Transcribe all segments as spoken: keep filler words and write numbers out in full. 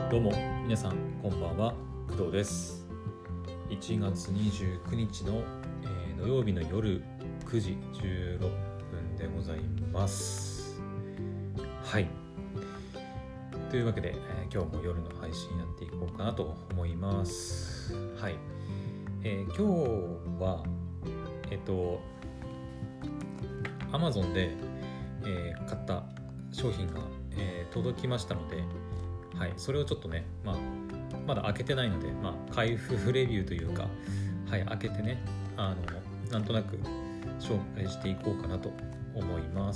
どうも皆さんこんばんは、工藤です。いちがつにじゅうくにちの、えー、土曜日の夜くじじゅうろっぷんでございます。はい、というわけで、えー、今日も夜の配信やっていこうかなと思います。はい、えー、今日はえっと Amazon で、えー、買った商品が、えー、届きましたので、はい、それをちょっとね、まあ、まだ開けてないので、まあ、開封レビューというか、はい、開けてね、あのなんとなく紹介していこうかなと思います。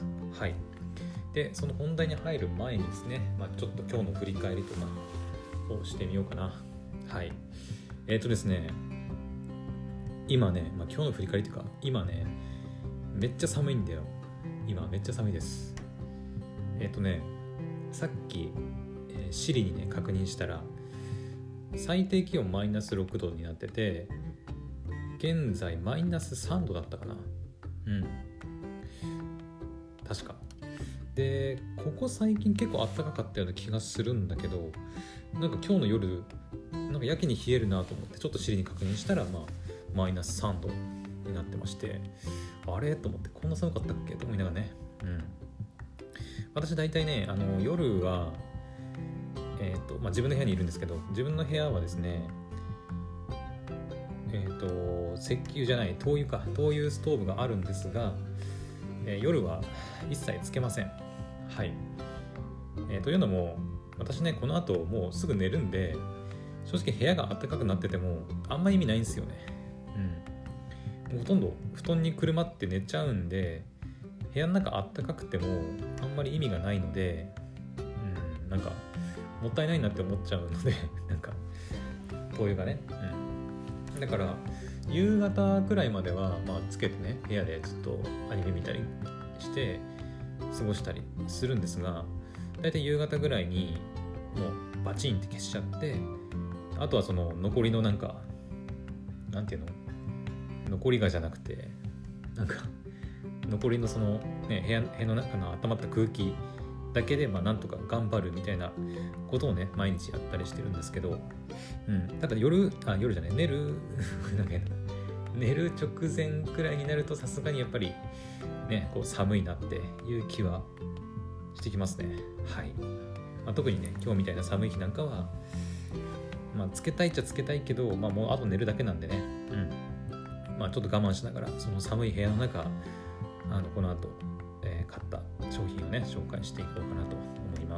はい。で、その本題に入る前にですね、まあ、ちょっと今日の振り返りとかをしてみようかな。はい。えっとですね、今ね、まあ、今日の振り返りというか、今ね、めっちゃ寒いんだよ。今めっちゃ寒いです。えっとね、さっきシリにね確認したら最低気温マイナスろくどになってて、現在マイナスさんどだったかな。うん確かで、ここ最近結構暖かかったような気がするんだけど、なんか今日の夜なんかやけに冷えるなと思ってちょっとシリに確認したら、まあマイナスさんどになってまして、あれと思って、こんな寒かったっけと思いながらね。うん私大体ね、あの夜はえーとまあ、自分の部屋にいるんですけど、自分の部屋はですね、えーと石油じゃない灯油か灯油ストーブがあるんですが、えー、夜は一切つけません。はい、えー、というのも私ね、この後もうすぐ寝るんで、正直部屋が暖かくなっててもあんま意味ないんですよね。うん、ほとんど布団にくるまって寝ちゃうんで、部屋の中暖かくてもあんまり意味がないので、うん、なんかもったいないなって思っちゃうのでなんか灯油がね、うん、だから夕方くらいまではまあつけてね、部屋でずっとアニメ見たりして過ごしたりするんですが、だいたい夕方ぐらいにもうバチンって消しちゃって、あとはその残りのなんかなんていうの残りがじゃなくてなんか残りのそのね、部屋、部屋の中の温まった空気だけでまあなんとか頑張るみたいなことをね毎日やったりしてるんですけど、うん、ただ夜あ夜じゃない寝るなんか寝る直前くらいになるとさすがにやっぱりねこう寒いなっていう気はしてきますね。はい、まあ、特にね今日みたいな寒い日なんかはまあつけたいっちゃつけたいけど、まあもうあと寝るだけなんでね、うん、まあちょっと我慢しながらその寒い部屋の中あのこの後、えー、買った商品をね紹介していこうかなと思います。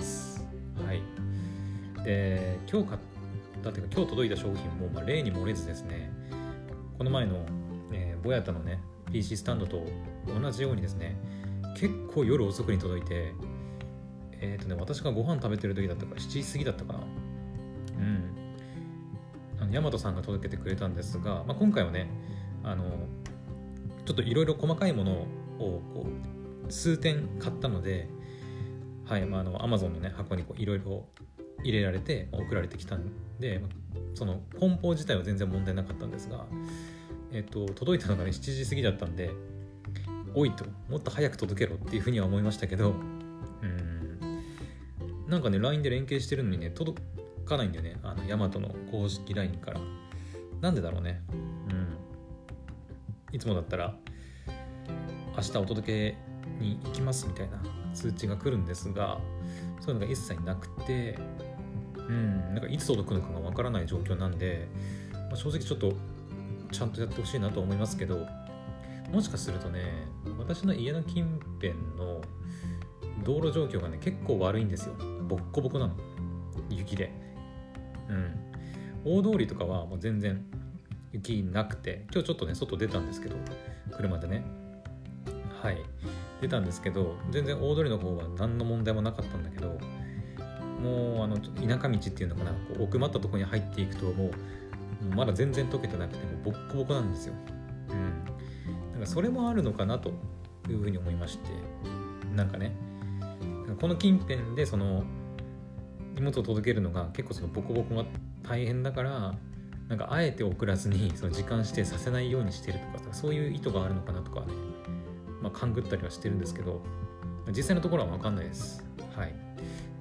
はい。で、今日買ったというか今日届いた商品も、まあ、例に漏れずですね、この前の、えー、ボヤタのね ピーシー スタンドと同じようにですね、結構夜遅くに届いて、えっとね私がご飯食べてる時だったからしちじ過ぎだったかな。うんあのヤマトさんが届けてくれたんですが、まあ、今回はねあのちょっといろいろ細かいものををこう数点買ったので、はい、まあ、あの Amazon のね箱にいろいろ入れられて送られてきたんで、その梱包自体は全然問題なかったんですが、えっと届いたのがねしちじ過ぎだったんで、おいともっと早く届けろっていうふうには思いましたけど、うーんなんかね ライン で連携してるのにね届かないんだよね、あのヤマトの公式 ライン から。なんでだろうね。うんいつもだったら明日お届けに行きますみたいな通知が来るんですが、そういうのが一切なくて、うんなんかいつ届くのかがわからない状況なんで、まあ、正直ちょっとちゃんとやってほしいなと思いますけど、もしかするとね私の家の近辺の道路状況がね結構悪いんですよ。ボッコボコなの、雪で。うん大通りとかはもう全然雪なくて、今日ちょっとね外出たんですけど車でね、はい出たんですけど、全然大通りの方は何の問題もなかったんだけど、もうあの田舎道っていうのかな、こう奥まったところに入っていくともうまだ全然溶けてなくてもうボッコボコなんですよ。うんなんかそれもあるのかなというふうに思いまして、なんかねこの近辺でその荷物を届けるのが結構そのボコボコが大変だから、なんかあえて送らずにその時間指定させないようにしてるとか、そういう意図があるのかなとかね、まあ、勘ぐったりはしてるんですけど、実際のところは分かんないです。はい。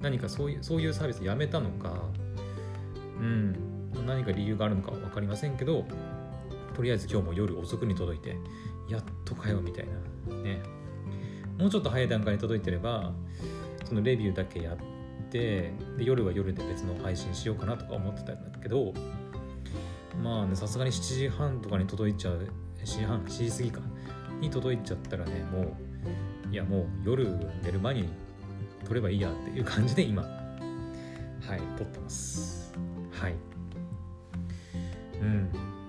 何かそういうそういうサービスやめたのか、うん、何か理由があるのか分かりませんけど、とりあえず今日も夜遅くに届いて、やっとかよみたいなね。もうちょっと早い段階に届いてればそのレビューだけやって、で夜は夜で別の配信しようかなとか思ってたんだけど、まあね、さすがにしちじはんとかに届いちゃう、しちじはん、しちじ過ぎかに届いちゃったらね、もういやもう夜寝る前に撮ればいいやっていう感じで今はい撮ってます。はい、うん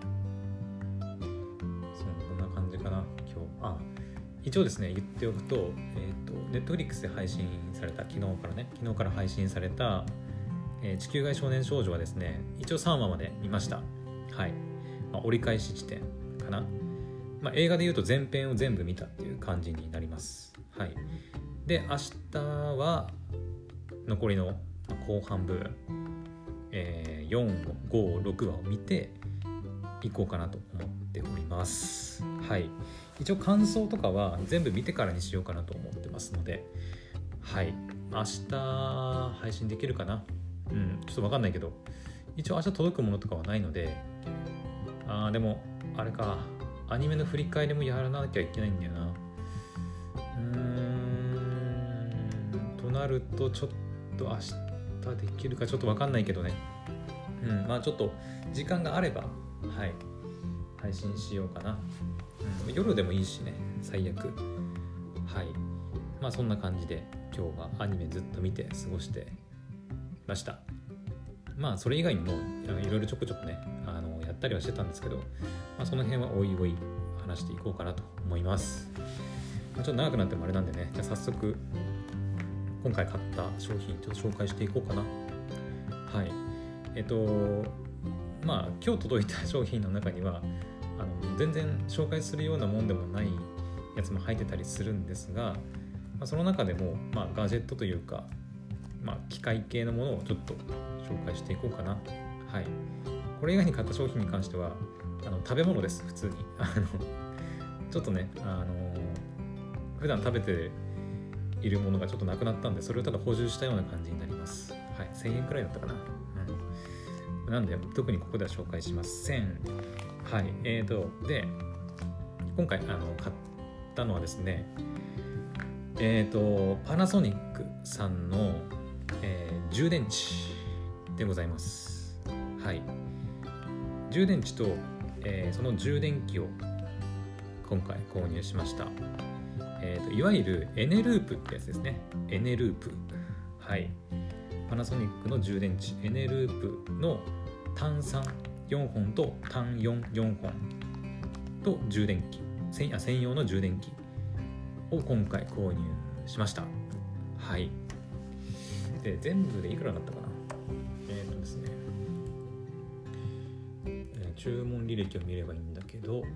そんな感じかな今日。あ一応ですね言っておくと、えっと Netflix で配信された、昨日からね昨日から配信された、えー、地球外少年少女はですね、一応さんわまで見ました。はい、まあ、折り返し地点かな。まあ、映画でいうと前編を全部見たっていう感じになります。はい、で明日は残りの後半部分、えー、よん、ご、ろくわを見ていこうかなと思っております。はい、一応感想とかは全部見てからにしようかなと思ってますので、はい明日配信できるかな。うんちょっと分かんないけど、一応明日届くものとかはないので、あーでもあれか、アニメの振り返りもやらなきゃいけないんだよな。うーんとなるとちょっと明日できるかちょっと分かんないけどね。うんまあちょっと時間があればはい配信しようかな。うん、夜でもいいしね、最悪。はいまあそんな感じで今日はアニメずっと見て過ごしてました。まあそれ以外にもいろいろちょこちょこねあのやったりはしてたんですけど、まあ、その辺はおいおい話していこうかなと思います。まあ、ちょっと長くなってもあれなんでね、じゃあ早速今回買った商品ちょっと紹介していこうかな。はいえっとまあ今日届いた商品の中にはあの全然紹介するようなもんでもないやつも入ってたりするんですが、まあ、その中でも、まあ、ガジェットというか、まあ、機械系のものをちょっと紹介していこうかな。はい。これ以外に買った商品に関してはあの食べ物です。普通にあのちょっとねあの普段食べているものがちょっとなくなったんで、それをただ補充したような感じになります。はい。せんえんくらいだったかな。うん、なんで特にここでは紹介しません。はい。えーとで今回あの買ったのはですね、えーとパナソニックさんの、えー、充電池でございます。はい。充電池と、えー、その充電器を今回購入しました。えーと、いわゆるエネループってやつですね。エネループ。はい。パナソニックの充電池エネループの単さんよんほんと単よん、よんほんと充電器、専, 専用の充電器を今回購入しました。はい。で、全部でいくらだったかな。えっとですね、えー、注文履歴を見ればいいんだけど、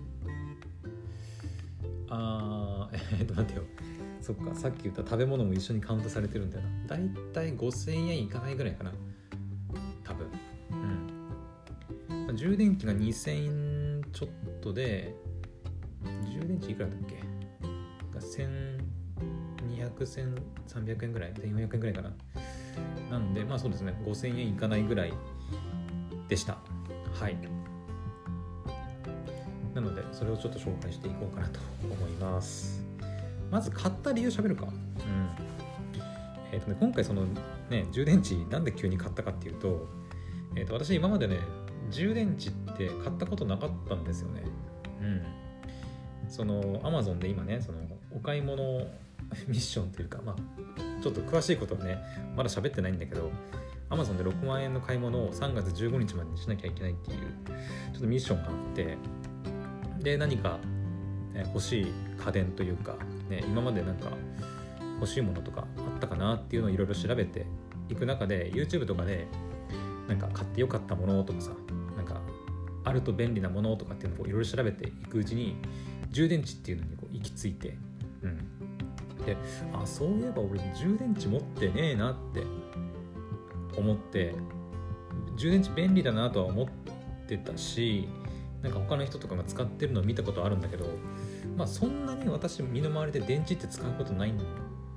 あー、えー、っと待ってよ。そっか、さっき言った食べ物も一緒にカウントされてるんだよな。だいたいごせんえんいかないぐらいかな。多分。うん。充電器がにせんえんちょっとで、充電池いくらだっけ？せんにひゃく、せんさんびゃくえんぐらい、せんよんひゃくえんぐらいかな。なんで、まあそうですね、ごせんえんいかないぐらいでした。はい。なので、それをちょっと紹介していこうかなと思います。まず買った理由喋るか。うん。えっとね、今回そのね、充電池なんで急に買ったかっていうと、えっと、私今までね、充電池って買ったことなかったんですよね。うん。その Amazon で今ね、そのお買い物ミッションというか、まあちょっと詳しいことはねまだ喋ってないんだけど、 Amazon でろくまんえんの買い物をさんがつじゅうごにちまでにしなきゃいけないっていうちょっとミッションがあって、で何か、ね、欲しい家電というか、ね、今までなんか欲しいものとかあったかなっていうのをいろいろ調べていく中で、 YouTube とかでなんか買ってよかったものとかさ、なんかあると便利なものとかっていうのをいろいろ調べていくうちに充電池っていうのにこう行き着いて、うん、で、あ、そういえば俺充電池持ってねえなって思って、充電池便利だなとは思ってたし、なんか他の人とかが使ってるのを見たことあるんだけど、まあそんなに私身の回りで電池って使うことない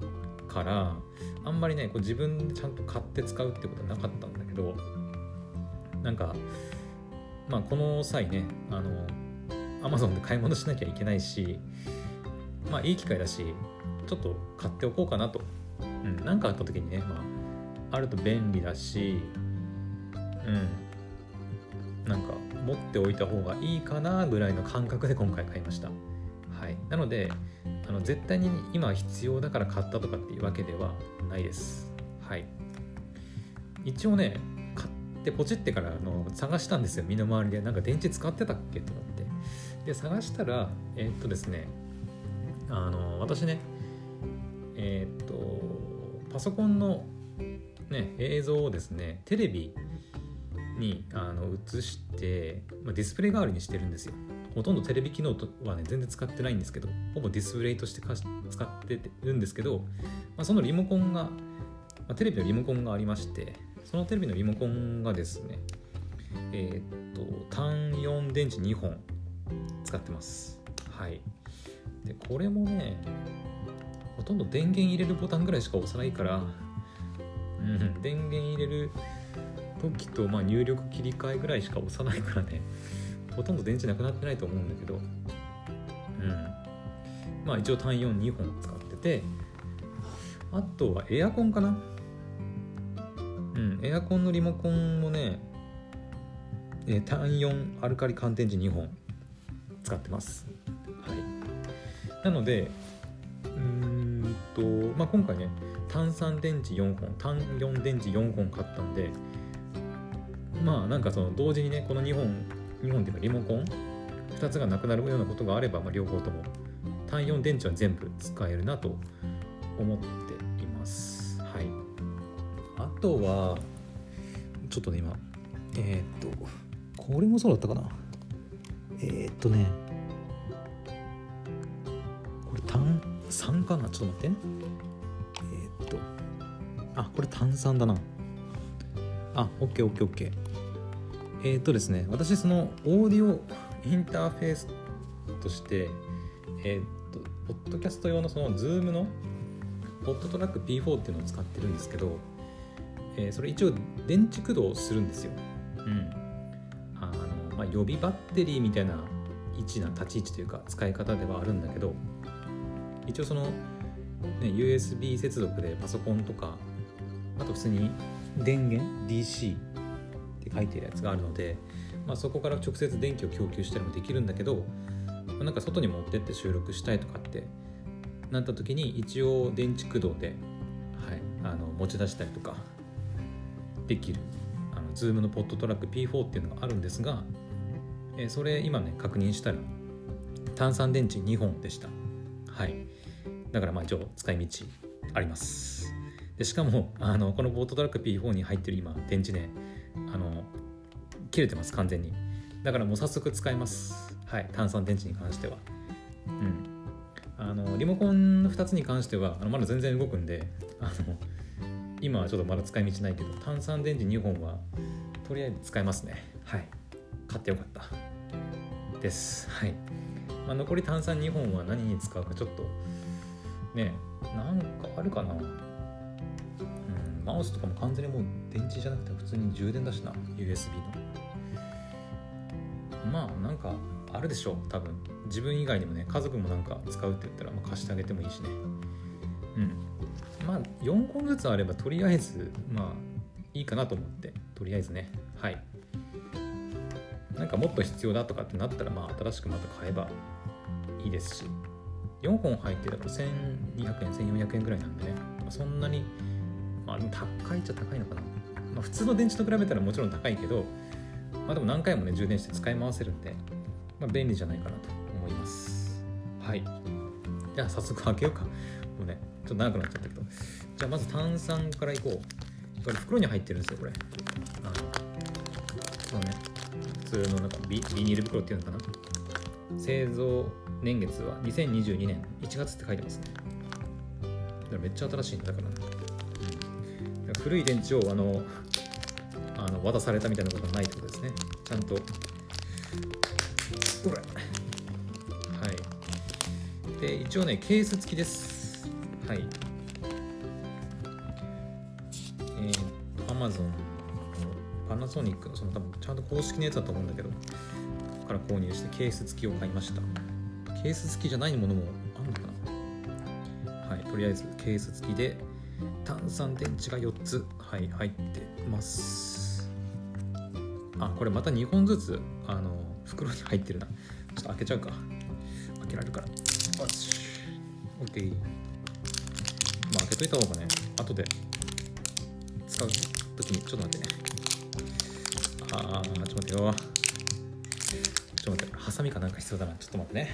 からあんまりねこう自分でちゃんと買って使うってことはなかったんだけど、なんかまあこの際ねあの Amazon で買い物しなきゃいけないし、まあいい機会だしちょっと買っておこうかなと、うん、なんかあった時にね、まあ、あると便利だし、うんなんか持っておいた方がいいかなぐらいの感覚で今回買いました。はい、なのであの絶対に今必要だから買ったとかっていうわけではないです。はい、一応ね買ってポチってからの探したんですよ。身の回りでなんか電池使ってたっけと思って、で探したらえー、っとですねあの私ねえー、っとパソコンのね映像をですねテレビにあの映して、まあ、ディスプレイ代わりにしてるんですよ。ほとんどテレビ機能はね全然使ってないんですけど、ほぼディスプレイとして使ってるんですけど、まあ、そのリモコンが、まあ、テレビのリモコンがありまして、そのテレビのリモコンがですねえー、っと単よん電池にほん使ってます。はい。でこれもねほとんど電源入れるボタンぐらいしか押さないから、うん、電源入れる時と、まあ、入力切り替えぐらいしか押さないからねほとんど電池なくなってないと思うんだけど、うんまあ一応単よんにほん使ってて、あとはエアコンかな。うんエアコンのリモコンもね、えー、単よんアルカリ乾電池にほん使ってます。はい。なのでうーんと、まあ、今回ね単さん電池よんほん単よん電池よんほん買ったんで、まあなんかその同時にねこのにほんにほんっていうかリモコンふたつがなくなるようなことがあれば、まあ、両方とも単よん電池は全部使えるなと思っています。はい。あとはちょっとね今えー、っとこれもそうだったかな。えー、っとねこれ単さんかな。ちょっと待って。えー、っとあこれ単さんだな。あ、オッケーオッケーオッケー。えー、っとですね、私そのオーディオインターフェースとして、えー、っとポッドキャスト用のその Zoom のポッドトラック ピーフォー っていうのを使ってるんですけど、えー、それ一応電池駆動するんですよ。うん。あのまあ予備バッテリーみたいな位置な立ち位置というか使い方ではあるんだけど、一応その、ね、ユーエスビー 接続でパソコンとかあと普通に電源 ディーシー って書いてるやつがあるので、まあ、そこから直接電気を供給したりもできるんだけど、まあ、なんか外に持ってって収録したいとかってなった時に一応電池駆動で、はい、あの持ち出したりとかできるあの Zoom のポッドトラック ピーフォー っていうのがあるんですが、えー、それ今ね確認したら単三電池にほんでした。はい。だからまあ一応使い道あります。でしかもあのこのポッドトラック ピーフォー に入ってる今電池ねあの切れてます完全に。だからもう早速使います。はい、単三電池に関しては。うん。あのリモコンのふたつに関してはあのまだ全然動くんで、あの今はちょっとまだ使い道ないけど単三電池にほんはとりあえず使えますね。はい。買ってよかったです。はい。まあ、残り単三にほんは何に使うかちょっとね、なんかあるかな。うん、マウスとかも完全にもう電池じゃなくて普通に充電だしな、 ユーエスビー の。まあなんかあるでしょう多分。自分以外にもね家族もなんか使うって言ったらまあ貸してあげてもいいしね。うん。まあよんほんずつあればとりあえずまあいいかなと思ってとりあえずね。はい。なんかもっと必要だとかってなったらまあ新しくまた買えばいいですし、よんほん入ってだからせんにひゃくえんせんよんひゃくえんぐらいなんでね、まあ、そんなにまあでも高いっちゃ高いのかな。まあ普通の電池と比べたらもちろん高いけど、まあでも何回もね充電して使い回せるんで、まあ便利じゃないかなと思います。はい。じゃあ早速開けようか。もうねちょっと長くなっちゃったけど、じゃあまず炭酸からいこう。これ袋に入ってるんですよこれ。あのそうね。普通のなんか ビ, ビニール袋っていうのかな。製造年月はにせんにじゅうにねんいちがつって書いてますね。だからめっちゃ新しいんだから、うん、古い電池をあのあの渡されたみたいなことはないってことですね。ちゃんとこれはいで一応ねケース付きです。はい Amazon のパナソニックのその多分ちゃんと公式のやつだと思うんだけど、ここから購入してケース付きを買いました。ケース付きじゃないものもあるのかな。はい、とりあえずケース付きで単三電池がよっつ、はい、入ってます。あ、これまたにほんずつあの袋に入ってるな。ちょっと開けちゃうか。開けられるから。よし、 OK。 まあ開けといた方がね、後で使うときに、ちょっと待ってね。あー、ちょっと待ってよ。ちょっと待って、ハサミかなんか必要だな。ちょっと待ってね。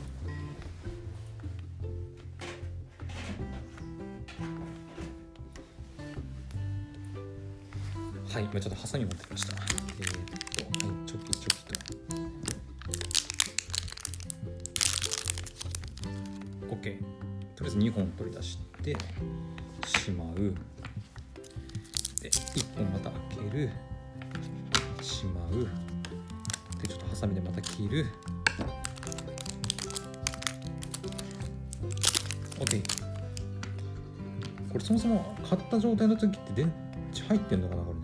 はい、今ちょっとハサミ持ってきました。えー、っと、はい、チョキチョキと。OK。とりあえずにほん取り出してしまう。で、いっぽんまた開ける。しまう。で、ちょっとハサミでまた切る。OK。これそもそも買った状態の時って電池入ってんのかな、これね。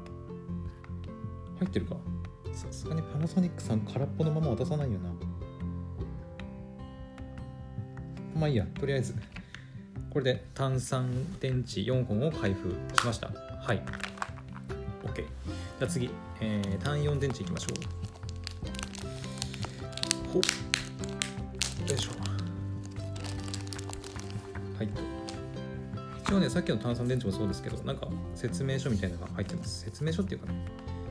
入ってるか。さすがにパナソニックさん空っぽのまま渡さないよな。まあいいや、とりあえずこれで単三電池よんほんを開封しました。はい、 OK。 じゃあ次、えー、単よん電池いきましょう。ほっ、よいしょ。はい、一応ね、さっきの単三電池もそうですけど、なんか説明書みたいなのが入ってます。説明書っていうかね、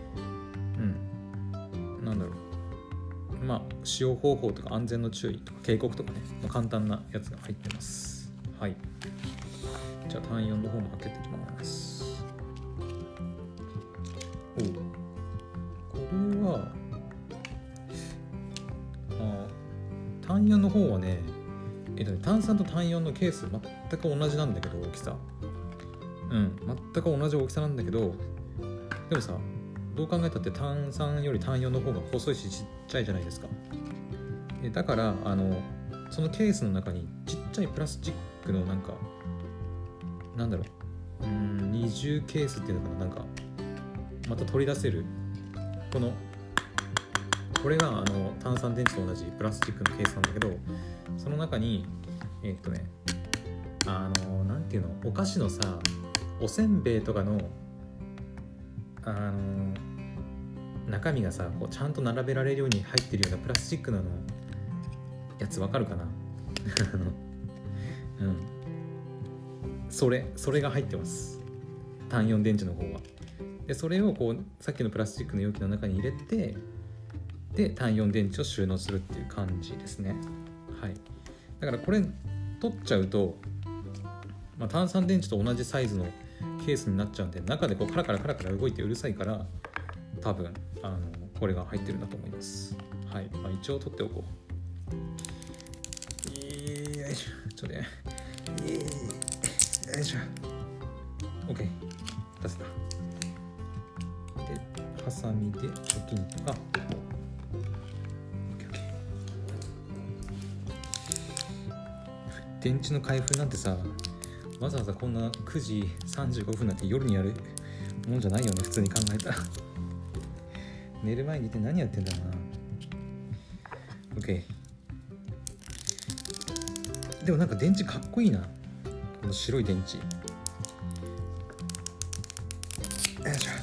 うん、なんだろう、まあ使用方法とか安全の注意とか警告とかね、まあ、簡単なやつが入ってます。はい、じゃあ単よんの方も開けていきます。おう、これはあ単よんの方はね、えっとね、単さんと単よんのケース全く同じなんだけど、大きさ、うん、全く同じ大きさなんだけど、でもさ、どう考えたって単さんより単よんの方が細いしちっちゃいじゃないですか。えだからあのそのケースの中にちっちゃいプラスチックのなんかなんだろう、うーん二重ケースっていうのかな、なんかまた取り出せる、このこれがあの単三電池と同じプラスチックのケースなんだけど、その中にえー、っとねあのなんていうの、お菓子のさ、おせんべいとかのあの中身がさ、こうちゃんと並べられるように入ってるようなプラスチックのやつ、わかるかなうん、それそれが入ってます、単よん電池の方は。でそれをこうさっきのプラスチックの容器の中に入れて、で単よん電池を収納するっていう感じですね。はい、だからこれ取っちゃうと、まあ、単三電池と同じサイズのケースになっちゃうんで、中でこうカラカラカラカラ動いてうるさいから、多分あのこれが入ってるんだと思います。はい、まあ、一応取っておこう。よいしょ、ちょっとね、よいしょ。 OK、 出せた。でハサミでチョキンとか、 OKOK。 電池の開封なんてさ、わざわざこんなくじさんじゅうごふんなんて夜にやるもんじゃないよね、普通に考えたら寝る前にいて何やってんだろうな。 OK。 でもなんか電池かっこいいな、この白い電池。よいしょ。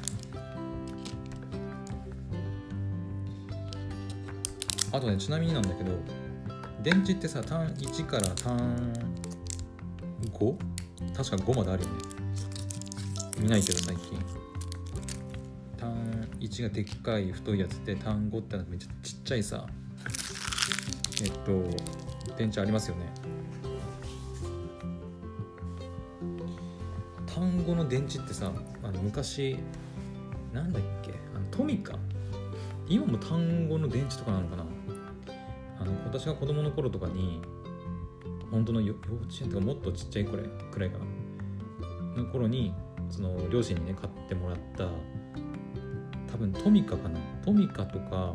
あとね、ちなみになんだけど、電池ってさ、単いちから単 ご？ 確かごまであるよね。見ないけど最近。単いちがでっかい太いやつで、単ごってめっちゃちっちゃいさ、えっと電池ありますよね。単ごの電池ってさ、あの昔なんだっけ、あのトミカ、今も単ごの電池とかなのかな。あの私が子供の頃とかに、本当の幼稚園とかもっとちっちゃいくらいくらいかなの頃に、その両親にね買ってもらった、多分トミカかな、トミカとか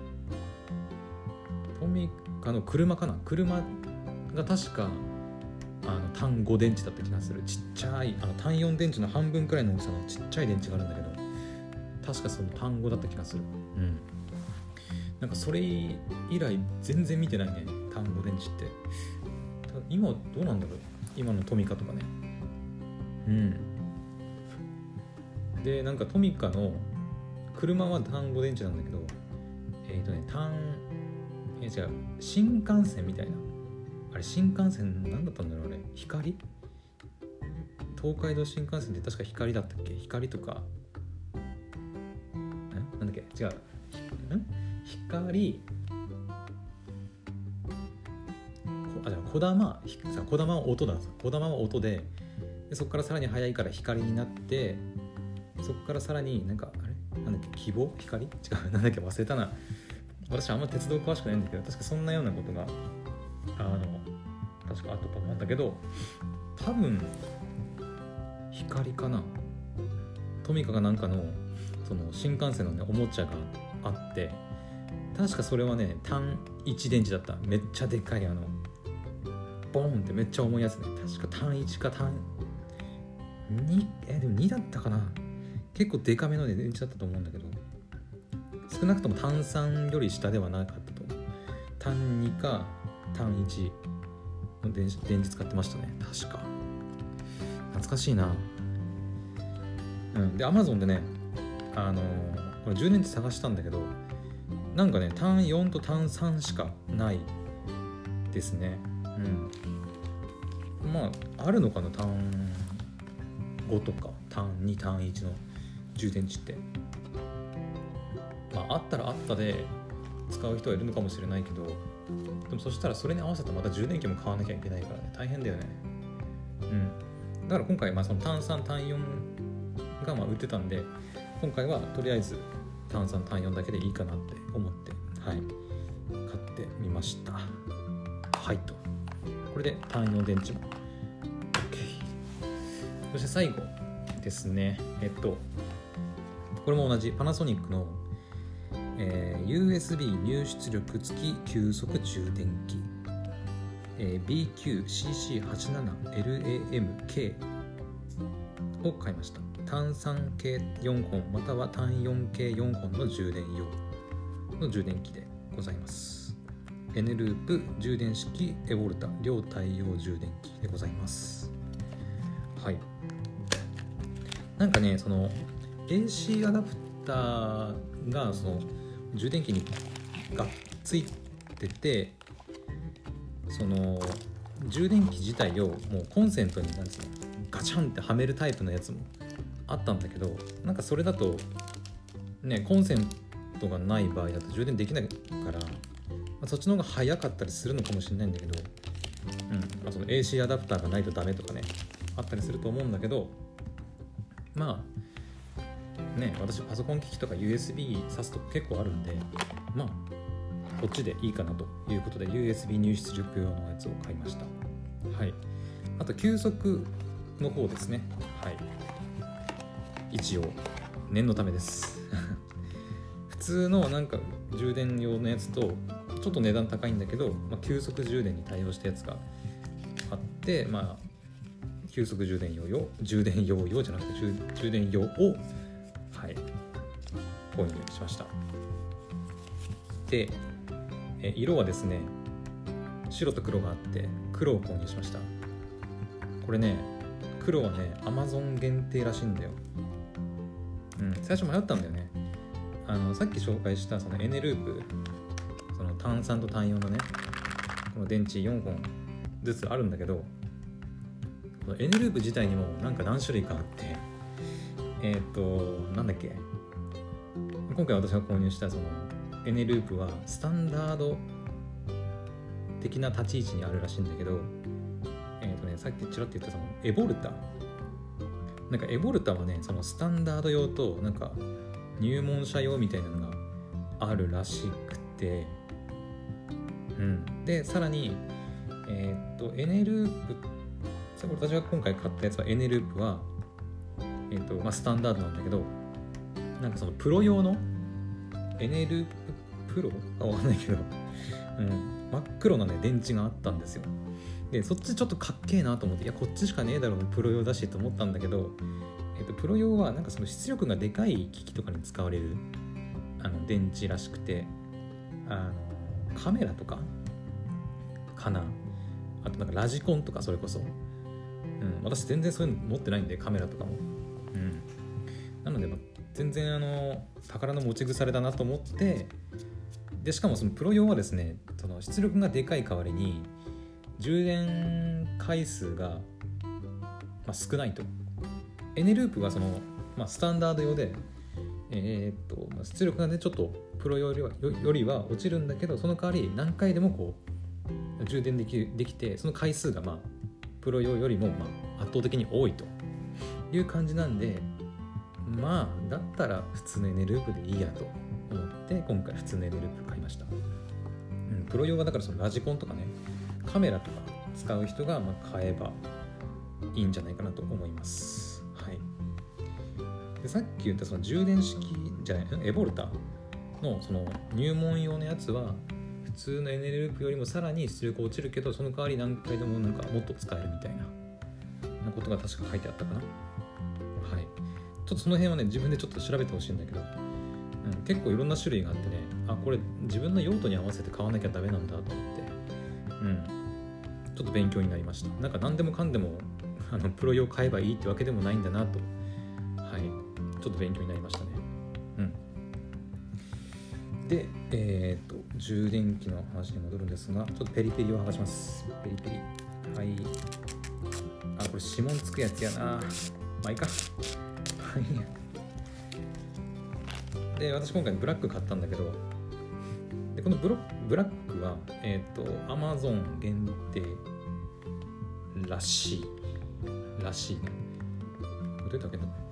トミカの車かな、車が確かあの単ご電池だった気がする。ちっちゃいあの単よん電池の半分くらいの大きさのちっちゃい電池があるんだけど、確かその単ごだった気がする。うん。なんかそれ以来全然見てないね、単ご電池って。今どうなんだろう、今のトミカとかね。うんでなんかトミカの車は単ご電池なんだけど、えっ、ー、とね単えー、違う新幹線みたいな、あれ新幹線なんだったんだろう、あれ光、東海道新幹線って確か光だったっけ、光とかんなんだっけ、違うん光あ、じゃあこだまこだまは音だ、こだまは音で、でそこからさらに速いから光になって、そこからさらになんかあれなんだっけ、希望光違うなんだっけ忘れたな。私あんま鉄道詳しくないんだけど、確かそんなようなことがあの確かあったと思うんだけど、多分光かな。トミカがなんかのその新幹線のねおもちゃがあって、確かそれはね単いち電池だった。めっちゃでかいあのボーンってめっちゃ重いやつね。確か単いちか単に、えでもにだったかな。結構デカめの、ね、電池だったと思うんだけど、少なくとも単さんより下ではなかったと思う。単にか単いちの電池、電池使ってましたね確か。懐かしいな。うんで Amazon でねあのー、これ充電池探したんだけど、なんかね単よんと単さんしかないですね。うんまああるのかな、単ごとか単に単いちの充電池って。まああったらあったで使う人はいるのかもしれないけど、でもそしたらそれに合わせてまた充電器も買わなきゃいけないからね、大変だよね。うんだから今回まあその単さん単よんがまあ売ってたんで、今回はとりあえず単さん単よんだけでいいかなって思って、はい、買ってみました。はいと、これで単よん電池も OK。 そして最後ですね、えっとこれも同じパナソニックの、えー、ユーエスビー 入出力付き急速充電器、えー、ビーキューシーシーはちじゅうななエルエーエムケー を買いました。単さん系よんほんまたは単よん系よんほんの充電用の充電器でございます。 N ループ充電式エボルタ両対応充電器でございます。はい、なんかねその エーシー アダプターがその充電器にがっついてて、その充電器自体をもうコンセントになんですねガチャンってはめるタイプのやつもあったんだけど、なんかそれだとねコンセントがない場合だと充電できないから、まあ、そっちの方が早かったりするのかもしれないんだけど、うんまあ、その エーシー アダプターがないとダメとかねあったりすると思うんだけど、まあね私パソコン機器とか ユーエスビー 挿すと結構あるんで、まあこっちでいいかなということで ユーエスビー 入出力用のやつを買いました。はい。あと急速の方ですね。はい。一応念のためです普通のなんか充電用のやつとちょっと値段高いんだけど、まあ、急速充電に対応したやつがあって、まあ急速充電用用充電用用じゃなくて 充, 充電用をはい購入しました。でえ色はですね白と黒があって黒を購入しました。これね黒はね Amazon 限定らしいんだよ。うん、最初迷ったんだよね。あのさっき紹介したその N ループ、その単さんと単よんのねこの電池よんほんずつあるんだけど、この N ループ自体にもなんか何種類かあって、えっ、ー、となんだっけ、今回私が購入したその N ループはスタンダード的な立ち位置にあるらしいんだけど、えっ、ー、とねさっきちらっと言ったそのエボルタ、なんかエボルタはねそのスタンダード用となんか入門者用みたいなのがあるらしくて、うん、でさらにえっ、ー、と N ループ、私が今回買ったやつは N ループはえっ、ー、とまあスタンダードなんだけど、なんかそのプロ用の N ループプロかわかんないけど、うん、真っ黒なね電池があったんですよ。 でそっちちょっとかっけえなと思って、いやこっちしかねえだろうプロ用だしと思ったんだけど、えっと、プロ用はなんかその出力がでかい機器とかに使われるあの電池らしくて、あのカメラとかかな、あとなんかラジコンとか、それこそ、うん、私全然そういうの持ってないんで、カメラとかも、うん、なので、まあ、全然あの宝の持ち腐れだなと思って、でしかもそのプロ用はですね、その出力がでかい代わりに充電回数が、まあ、少ないと。エネループはその、まあ、スタンダード用で、えー、っとまあ、出力がねちょっとプロ用よりは、よりは落ちるんだけど、その代わり何回でもこう充電できできて、その回数がまあプロ用よりもまあ圧倒的に多いという感じなんで、まあだったら普通のエネループでいいやと思って今回普通のエネループ買いました。うん、プロ用はだからそのラジコンとかね、カメラとか使う人がまあ買えばいいんじゃないかなと思います。はい。でさっき言ったその充電式じゃないエボルタのその入門用のやつは普通のエネループよりもさらに出力落ちるけど、その代わり何回でもなんかもっと使えるみたいななことが確か書いてあったかな。はい。ちょっとその辺はね自分でちょっと調べてほしいんだけど、うん、結構いろんな種類があってね、あこれ自分の用途に合わせて買わなきゃダメなんだと思って、うん、ちょっと勉強になりました。なんか何でもかんでもあのプロ用買えばいいってわけでもないんだなと、はい、ちょっと勉強になりましたね。うん。で、えー、っと充電器の話に戻るんですが、ちょっとペリペリを剥がします。ペリペリ。はい。あ、これ指紋つくやつやな。まあいいか。はい。で、私今回ブラック買ったんだけど、でこのブロブラックは、えー、っと Amazon 限定らしい。らしいね。どうやったっけな。んん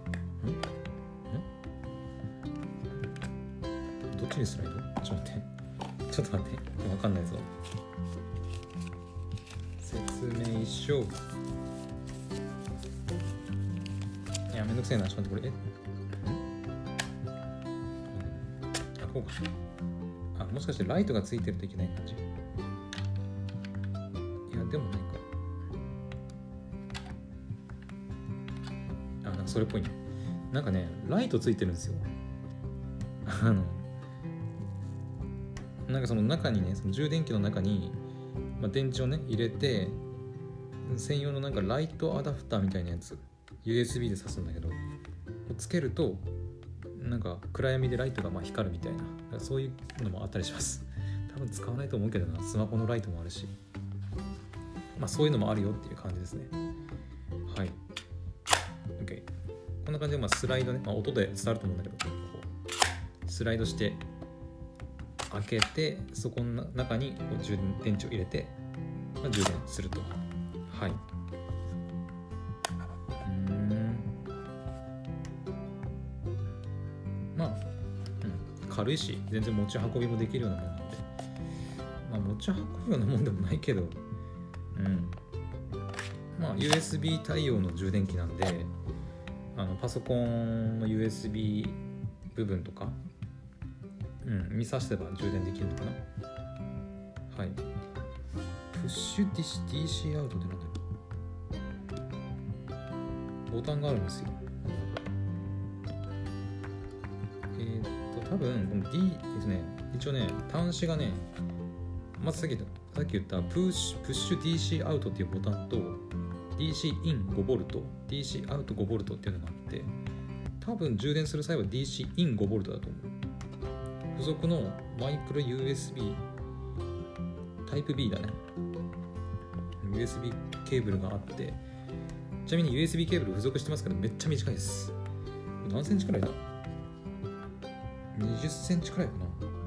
どっちにスライド？ちょっと待って。ちょっと待って。わかんないぞ。説明書。いや、めんどくせえな。ちょっと待って、これ。えあ、こうか。あ、もしかしてライトがついてるといけない感じ。いや、でもないか。あ、なんかそれっぽいね。なんかね、ライトついてるんですよ。あの、なんかその中にね、その充電器の中に、まあ、電池をね入れて、専用のなんかライトアダプターみたいなやつ ユーエスビー で挿すんだけど、つけるとなんか暗闇でライトがまあ光るみたいな、そういうのもあったりします。多分使わないと思うけどな、スマホのライトもあるし、まあそういうのもあるよっていう感じですね。はい OK。 こんな感じでまあスライドね、まあ、音で伝わると思うんだけど、こうスライドして開けて、そこの中にこう充電電池を入れて、まあ、充電すると。はい。うーん。まあ、うん、軽いし全然持ち運びもできるようなものなので、まあ持ち運ぶようなもんでもないけど、うん。まあ ユーエスビー 対応の充電器なんで、あのパソコンの ユーエスビー 部分とか、うん、見させば充電できるのかな。はい。プッシュ ディーシー アウトってなんだろう。ボタンがあるんですよ。えー、っと多分この D ですね。一応ね、端子がね、まずさっきさっき言ったプッシュプッシュ ディーシー アウトっていうボタンと ディーシー イン ごボルト、ディーシー アウト ごボルトっていうのがあって、多分充電する際は ディーシー イン ごボルトだと思う。付属のマイクロ ユーエスビー タイプ B だね。ユーエスビー ケーブルがあって、ちなみに ユーエスビー ケーブル付属してますけどめっちゃ短いです。何センチくらいだ ?にじゅっセンチくらいかな。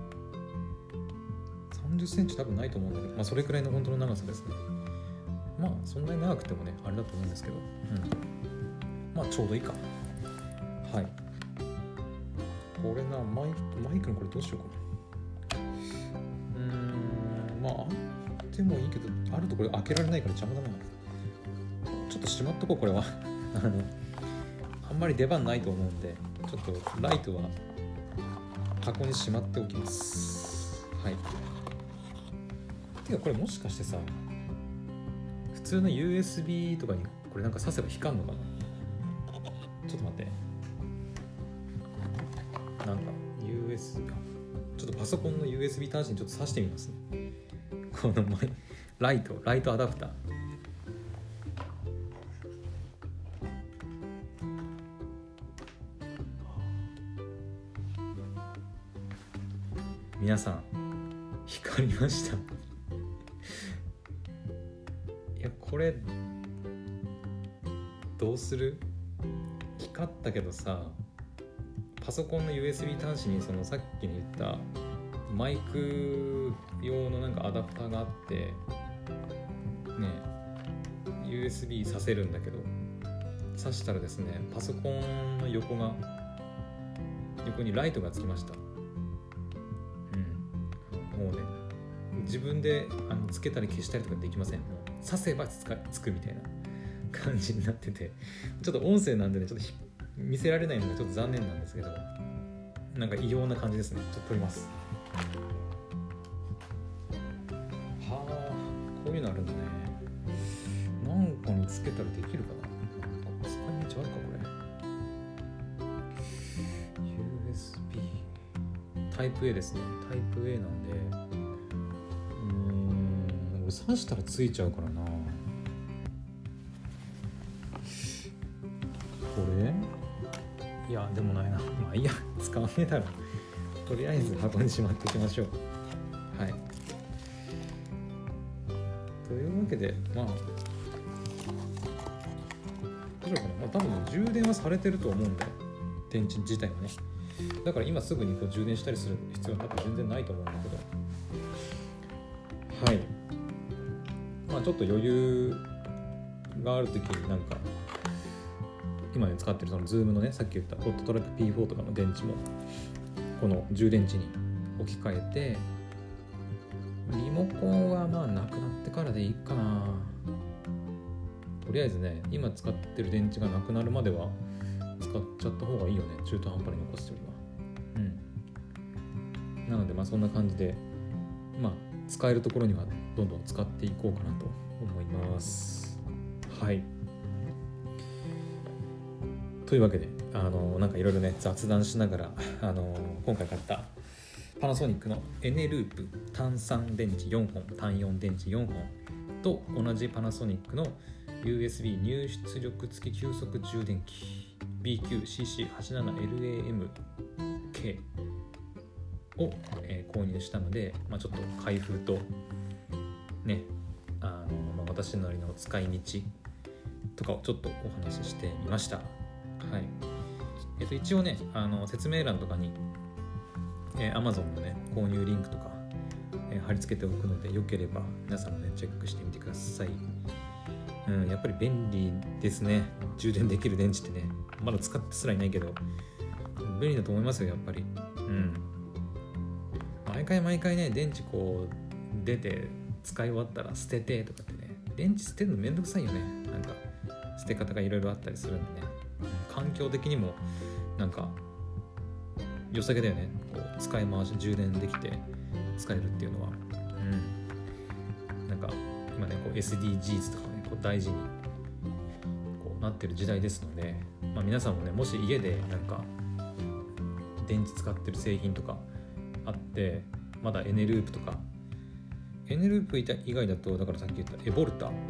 さんじゅっセンチ多分ないと思うんだけど、まあそれくらいの本当の長さですね。まあそんなに長くてもねあれだと思うんですけど、うん、まあちょうどいいか。はい。これな、マイク、マイクのこれどうしようかな。うーん、まああってもいいけど、あるとこれ開けられないから邪魔だな。ちょっとしまっとこう、これは。あの、あんまり出番ないと思うんで、ちょっとライトは箱にしまっておきます。はい。てかこれもしかしてさ、 通の ユーエスビー とかにこれなんか挿せば光るのかな。ちょっと待って、なんか ユーエスビー、 ちょっとパソコンの ユーエスビー 端子にちょっと挿してみますね。この前ライトライトアダプター、皆さん光りましたいやこれどうする？光ったけどさ、パソコンの ユーエスビー 端子にそのさっきに言ったマイク用のなんかアダプターがあってね、 ユーエスビー 挿せるんだけど、挿したらですね、パソコンの横が横にライトがつきました。うん、もうね自分であのつけたり消したりとかできません。もう挿せばつかつくみたいな感じになってて、ちょっと音声なんでねちょっと見せられないのがちょっと残念なんですけど、なんか異様な感じですね。ちょっと撮ります。はあ、こういうのあるんだね。なんかにつけたらできるかな。使い道あるかこれ。 ユーエスビー タイプ A ですね。タイプ A なんで、うーん、俺挿したらついちゃうからな。これいやでもないな、まあいいや、使わねえだろ。とりあえず箱にしまっておきましょう。はい、というわけで、まあどうしようかな。まあ多分充電はされてると思うんだよ、電池自体はね。だから今すぐにこう充電したりする必要は多分全然ないと思うんだけど、はい、まあちょっと余裕があるときになんか今ね使ってるその Zoom のね、さっき言ったホットトラック ピーフォー とかの電池もこの充電池に置き換えて、リモコンはまあなくなってからでいいかな。とりあえずね、今使ってる電池がなくなるまでは使っちゃった方がいいよね、中途半端に残すよりは。うん。なのでまあそんな感じで、まあ使えるところにはどんどん使っていこうかなと思います。はい。というわけで、あのなんかいろいろね雑談しながら、あの今回買ったパナソニックのエネループ単三電池よんほん、単よん電池よんほんと同じパナソニックの ユーエスビー 入出力付き急速充電器 ビーキューシーシーはちじゅうななエルエーエムケー を、えー、購入したので、まあ、ちょっと開封とね、あの、まあ、私なりの使い道とかをちょっとお話ししてみました。はい。えっと一応ね、あの説明欄とかに、えー、Amazon のね購入リンクとか、えー、貼り付けておくので、よければ皆さんもねチェックしてみてください。うん、やっぱり便利ですね。充電できる電池ってね、まだ使ってすらいないけど便利だと思いますよ、やっぱり。うん。毎回毎回ね、電池こう出て使い終わったら捨ててとかってね、電池捨てるのめんどくさいよね。なんか捨て方がいろいろあったりするんでね。環境的にもなんか良さげだよね。こう使い回し充電できて使えるっていうのは、うん、なんか今ねこう エスディージーズ とかねこう大事にこうなってる時代ですので、まあ、皆さんもねもし家でなんか電池使ってる製品とかあって、まだエネループとかエネループ以外だと、だからさっき言ったエボルタとか、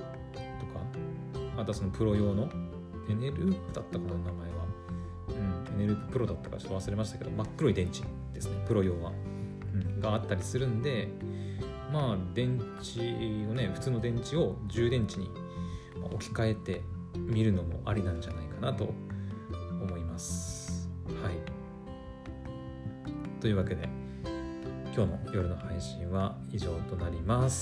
あとはそのプロ用のエネループだったかな、名前は。うん、エネループプロだったかちょっと忘れましたけど、真っ黒い電池ですね、プロ用は。うん、があったりするんで、まあ電池をね、普通の電池を充電池に置き換えてみるのもありなんじゃないかなと思います。はい。というわけで、今日の夜の配信は以上となります。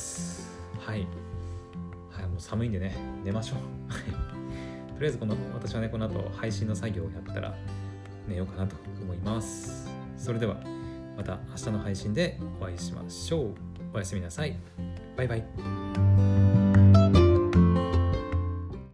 はい。はい、もう寒いんでね、寝ましょう。はい。とりあえずこの私はねこの後配信の作業をやったら寝ようかなと思います。それではまた明日の配信でお会いしましょう。おやすみなさい。バイバイ。